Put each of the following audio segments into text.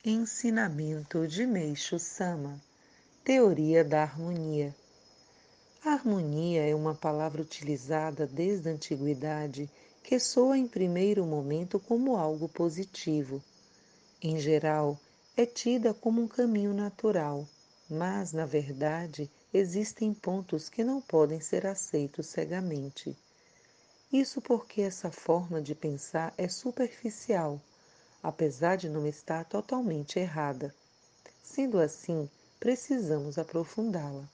Ensinamento de Meishu Sama. Teoria da harmonia. A harmonia é uma palavra utilizada desde a antiguidade que soa em primeiro momento como algo positivo. Em geral, é tida como um caminho natural, mas, na verdade, existem pontos que não podem ser aceitos cegamente. Isso porque essa forma de pensar é superficial, apesar de não estar totalmente errada. Sendo assim, precisamos aprofundá-la.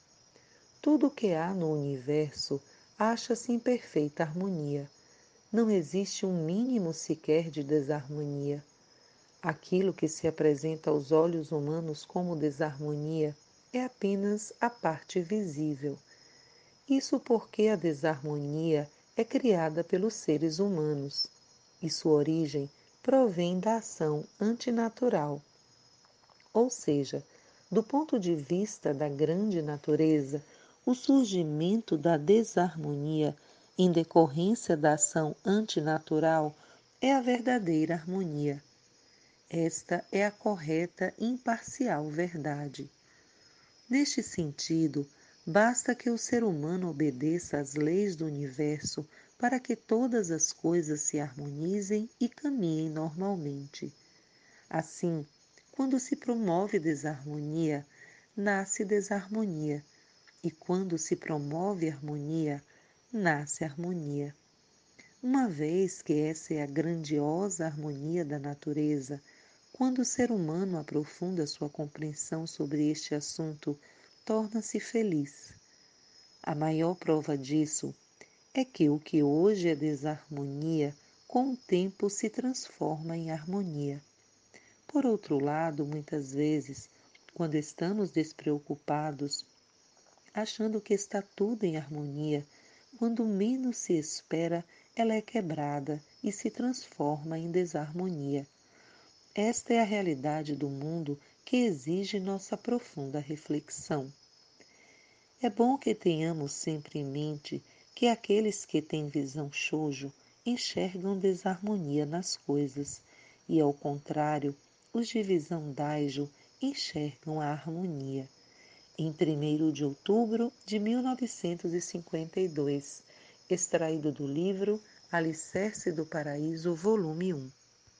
Tudo o que há no universo acha-se em perfeita harmonia. Não existe um mínimo sequer de desarmonia. Aquilo que se apresenta aos olhos humanos como desarmonia é apenas a parte visível. Isso porque a desarmonia é criada pelos seres humanos e sua origem provém da ação antinatural. Ou seja, do ponto de vista da grande natureza, o surgimento da desarmonia em decorrência da ação antinatural é a verdadeira harmonia. Esta é a correta e imparcial verdade. Neste sentido, basta que o ser humano obedeça às leis do universo para que todas as coisas se harmonizem e caminhem normalmente. Assim, quando se promove desarmonia, nasce desarmonia, e quando se promove harmonia, nasce harmonia. Uma vez que essa é a grandiosa harmonia da natureza, quando o ser humano aprofunda sua compreensão sobre este assunto, torna-se feliz. A maior prova disso é que hoje é desarmonia, com o tempo se transforma em harmonia. Por outro lado, muitas vezes, quando estamos despreocupados, achando que está tudo em harmonia, quando menos se espera, ela é quebrada e se transforma em desarmonia. Esta é a realidade do mundo que exige nossa profunda reflexão. É bom que tenhamos sempre em mente que aqueles que têm visão shoujo enxergam desarmonia nas coisas e, ao contrário, os de visão daijo enxergam a harmonia. Em 1º de outubro de 1952, extraído do livro Alicerce do Paraíso, volume 1.